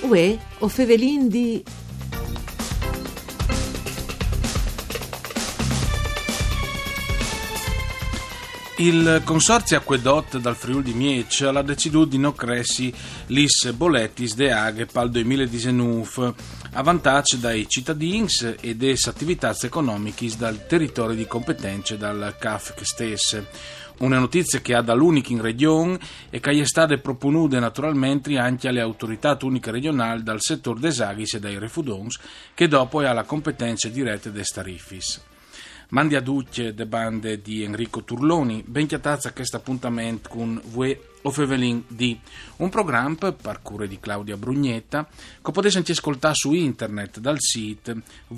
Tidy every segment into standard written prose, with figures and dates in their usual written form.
Uè, o Fevelin di... Il Consorzio Acquedot dal Friuli di Miec ha deciso di non cresci lis boletis de aghe pal 2019 a vantaggio dai cittadini e delle attività economiche dal territorio di competenze dal CAF stesso. Una notizia che ha dall'unica in regione e che è stata proponuta naturalmente anche alle autorità uniche regionali dal settore des aghis e dai refudons, che dopo ha la competenza diretta des tariffis. Mandi a duce de bande di Enrico Turloni, ben chiatazza a questo appuntamento con Vue o Fevelin di un programma per cura di Claudia Brugnetta che potete anche ascoltare su internet dal sito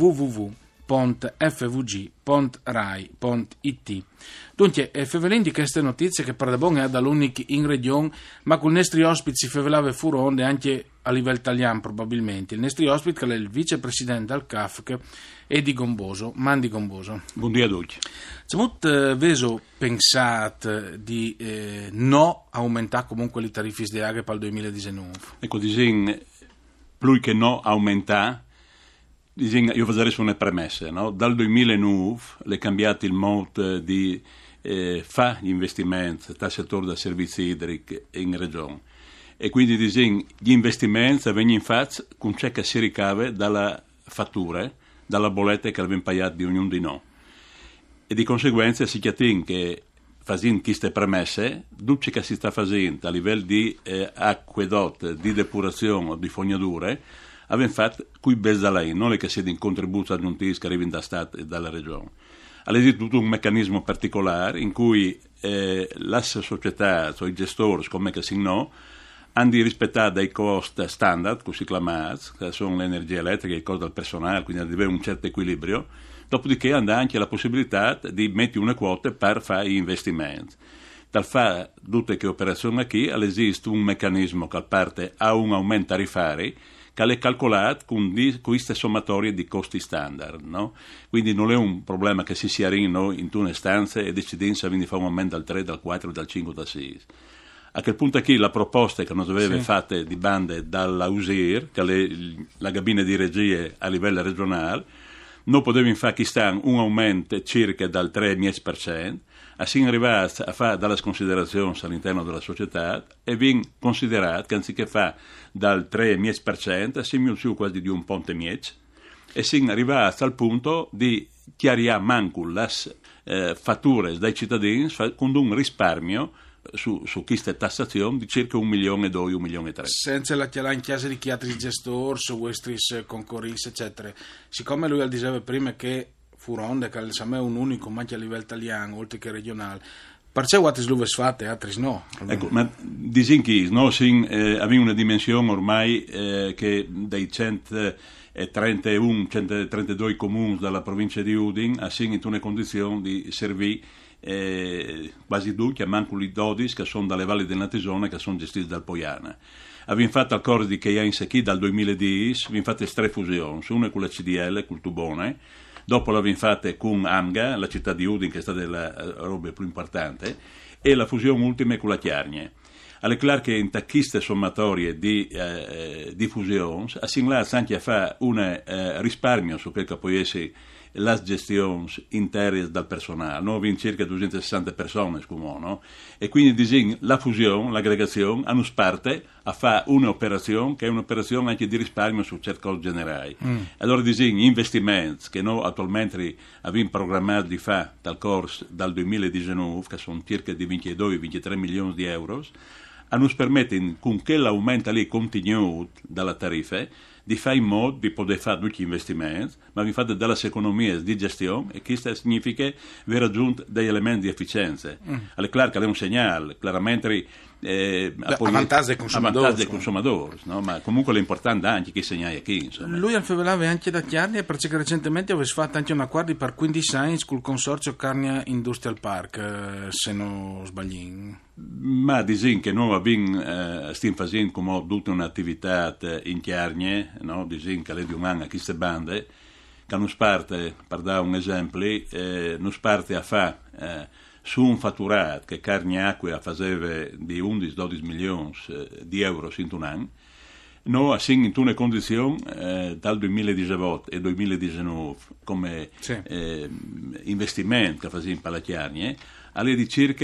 www.fvg.rai.it. Dunque, Fevelin di queste notizie che per da buon è dall'unico in regione, ma con i nostri ospiti si fevelava furonde anche a livello italiano probabilmente. Il nostro ospite è il vicepresidente del CAF Edi Gomboso. Mandi Gomboso. Buongiorno a tutti. Siamo veso pensato di no aumentare comunque le tariffe di aghe per il 2019? Ecco, disin, più che no aumentare, disin, io faccio una premessa, no? Dal 2009 è cambiato il modo di fare gli investimenti dal settore dei servizi idrici in regione. E quindi disin, gli investimenti vengono fatti con ciò che si ricava dalla fattura, dalla bolletta che abbiamo pagato di ognuno di noi. E di conseguenza si chiede che facendo queste premesse, tutto che si sta facendo a livello di acquedotti, di depurazione o di fognature, abbiamo fatto qui Bezzalai, non è che sia di un contributo aggiuntivo che arrivi da Stato e dalla Regione. Ha tutto un meccanismo particolare in cui la società, o i gestori, come che si no, hanno di rispettare dei costi standard, così chiamati, che sono l'energia elettrica, il costo del personale, quindi deve avere un certo equilibrio, dopodiché hanno anche la possibilità di mettere una quota per fare investimenti. Dal fare tutte le operazioni qui, esiste un meccanismo che parte a un aumento tariffario che è calcolato con queste sommatorie di costi standard, no? Quindi non è un problema che si sia in una stanza e decidiamo se di fare un aumento dal 3, dal 4, dal 5, dal 6. A quel punto qui la proposta che non aveva fatte di bande dalla USIR, che è la cabina di regie a livello regionale, non poteva fare che sta un aumento circa dal 3,5%, si arriva a fare delle considerazioni all'interno della società e viene considerato che anziché fare dal 3,5% si è su quasi di un ponte miec e si arriva al punto di chiarire manco le fatture dai cittadini con un risparmio su queste tassazioni di circa 1,2 milioni, 1,3 milioni. Senza la chiara in chiesa di chiatri gestori, questi concorris, eccetera. Siccome lui diceva prima che furonde, che è un unico, ma anche a livello italiano, oltre che regionale, perché quante sluve fate, altri no? Ecco, ma disinchi, no, abbiamo una dimensione ormai che dai 132 comuni della provincia di Udine a in una condizione di servire quasi tutti, manco i 12 che sono dalle valli del Natisone che sono gestiti dal Poiana. Abbiamo fatto accordi che in Secchi dal 2010, abbiamo fatto 3 fusioni, una con la CDL, col Tubone, dopo l'abbiamo fatta con AMGA, la città di Udine che è stata la roba più importante, e la fusione ultima con la Chiarnie. Alle clar che in tacchiste sommatorie di fusioni, assimilate anche a fare un risparmio su quel che può essere le gestioni intere dal personale, no? Abbiamo circa 260 persone, no? E quindi la fusione, l'aggregazione, hanno parte a fare un'operazione che è un'operazione anche di risparmio su certi costi generali. Allora gli investimenti che noi attualmente abbiamo programmato di fare dal corso dal 2019, che sono circa di 22-23 milioni di euro, hanno permesso con che l'aumento lì continuo dalla tariffa di fare in modo di poter fare tutti gli investimenti, ma vi fate delle economie di gestione e questo significa aver raggiunto degli elementi di efficienza. È chiaro che è un segnale, chiaramente a vantaggio dei consumatori, no? Ma comunque l'importante è anche che segnali qui. Insomma. Lui aveva anche da Chiarnia perché recentemente aveva fatto anche un accordo per 15 anni col consorzio Carnia Industrial Park, se non sbaglio. Ma disin che noi stiamo facendo come tutta un'attività in Chiarnie, no? Disin che è di un anno a queste bande, che non parte, per dare un esempio, non parte a fare su un fatturato che Carnia Acqua faceva di 11-12 milioni di euro in un anno, Noi siamo in una condizione dal 2018 e 2019 come investimento che facciamo per la Chiarnie, alle di circa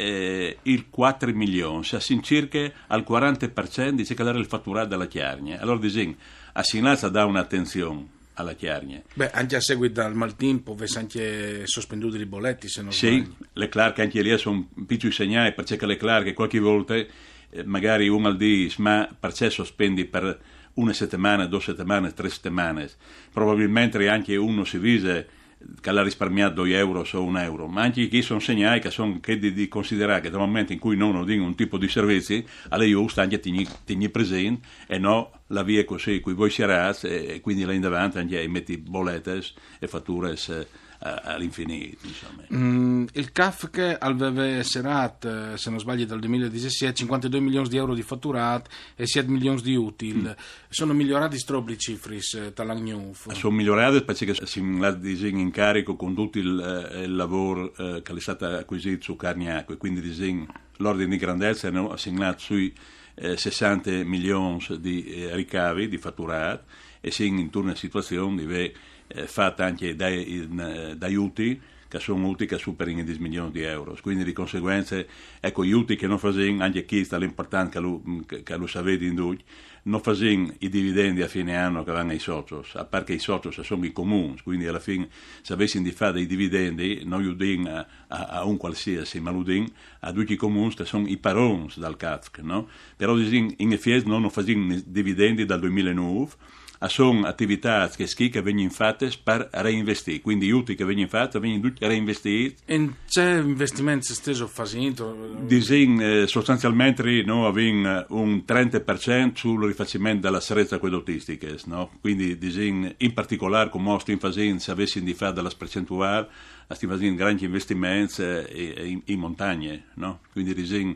il 4 milioni, cioè circa al 40% di il fatturato della Chiarnie. Allora diciamo, assegnata da un'attenzione alla Chiarnie. Beh, anche a seguito del maltempo, avesse anche sospenduto i bolletti, se non sbaglio. Sì, le clar che anche lì sono piccoli segnali, perché le clar che qualche volta magari uno al dice, ma perché sospendi per una settimana, 2 settimane, 3 settimane, probabilmente anche uno si vise che l'ha risparmiato 2 euro o 1 euro, ma anche chi sono segnali che sono che di considerare che dal momento in cui non hanno un tipo di servizi, alle giusto anche tieni presente e no la via così, qui voi si ragazzi e quindi là in davanti anche metti bollette e fatture all'infinito, insomma. Il CAF che aveva serato, se non sbaglio, dal 2017 52 milioni di euro di fatturato e 7 milioni di utili. Sono migliorati strobli cifre dall'anno. Sono migliorati perché si è in carico con tutto il lavoro che è stato acquisito su Carniacque, quindi l'ordine di grandezza hanno assegnato sui 60 milioni di ricavi di fatturato e si è in una situazione di fatta anche dai utili che sono utili che superano i 10 milioni di euro, quindi di conseguenza ecco gli utili che non facciamo anche chi sta l'importante che lo sapete in tutti non facciamo i dividendi a fine anno che vanno ai soci, a parte che i soci sono i comuni, quindi alla fine se avessimo di fare dei dividendi non li diamo a un qualsiasi, ma li diamo a tutti i comuni che sono i paroni dal CAF, no? Però in effetti non facciamo dividendi dal 2009, sono attività che vengono fatte per reinvestire, quindi gli utili che vengono fatti vengono tutti reinvestiti. E c'è investimento stesso facendo? Sostanzialmente noi abbiamo un 30% sul rifacimento della serezza acquedottistica, no? Quindi in particolare come stiamo facendo, se avessimo di fare della percentuale, stiamo facendo grandi investimenti in montagne, no? Quindi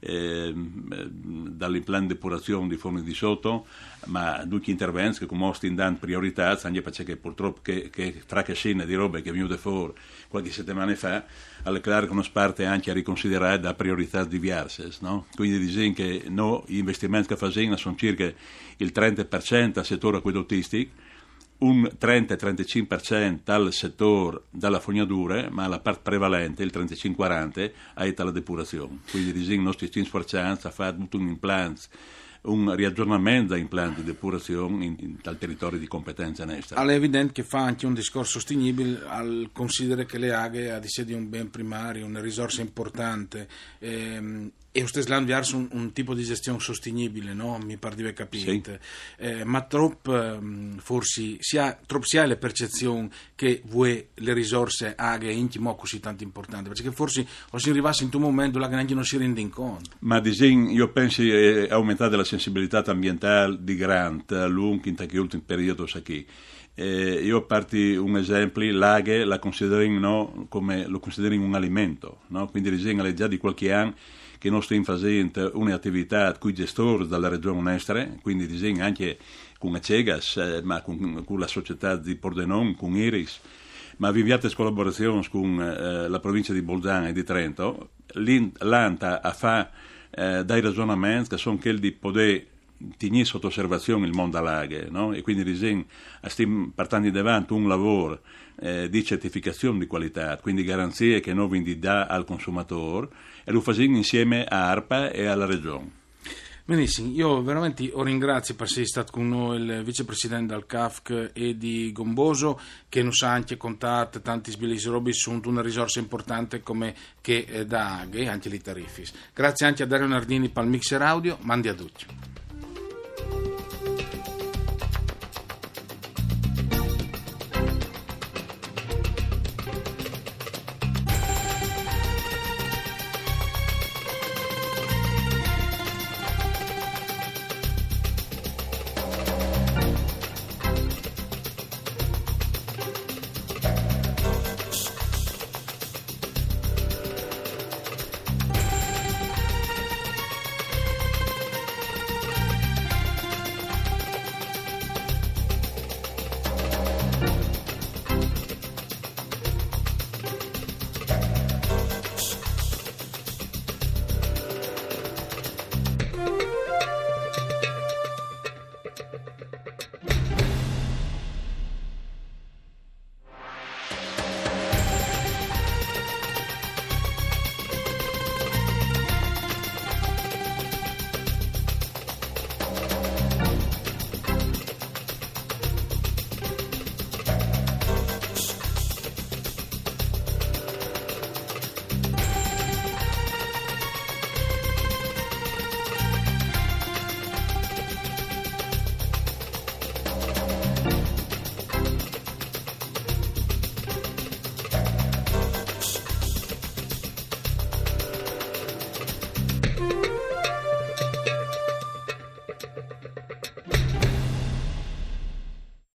dall'impianto di depurazione di forni di sotto, ma tutti gli interventi che come stiamo dando priorità, anche perché purtroppo che tra cascine di robe che è venuta fuori qualche settimana fa, alle clare che non parte anche a riconsiderare da priorità diverse, no? Quindi diciamo che noi gli investimenti che facciamo sono circa il 30% al settore acquedottistico, un 30-35% dal settore della fognatura, ma la parte prevalente, il 35-40%, è dalla depurazione. Quindi i nostri stiamo sforzando a fare tutto un impianto, un riaggiornamento da impianti di depurazione dal territorio di competenza nostra. È evidente che fa anche un discorso sostenibile al considerare che le aghe ha di sé di un ben primario, una risorsa importante e usted l'hanno un tipo di gestione sostenibile, no? Mi pare di aver capito. Sì. Ma troppo forse si ha la percezione che le risorse aghe intimo così tanto importanti, perché forse o si arrivasse in un momento là che neanche non si rende in conto. Ma io penso che è aumentata la sensibilità ambientale di grande lungo in questo ultimo periodo qui. Io a parte un esempio, l'aghe la consideriamo no, come lo consideriamo un alimento, no? Quindi è già di qualche anno che noi stiamo facendo un'attività con i gestori dalla regione Nestre, quindi disegna anche con Acegas, ma con la società di Pordenone, con Iris, ma avviate collaborazioni con la provincia di Bolzano e di Trento, l'ANTA a fa dai ragionamenti che sono quelli di poter tenere sotto osservazione il mondo all'aghe, no? E quindi stiamo portando davanti un lavoro di certificazione di qualità, quindi garanzie che noi vi dà al consumatore e lo facciamo insieme a ARPA e alla Regione. Benissimo, io veramente ringrazio per essere stato con noi il vicepresidente del CAF Edi Gomboso che nos ha anche contato tanti sbilisi robi su una risorsa importante come che da aghe, anche i tariffi. Grazie anche a Dario Nardini per il mixer audio, mandi a tutti.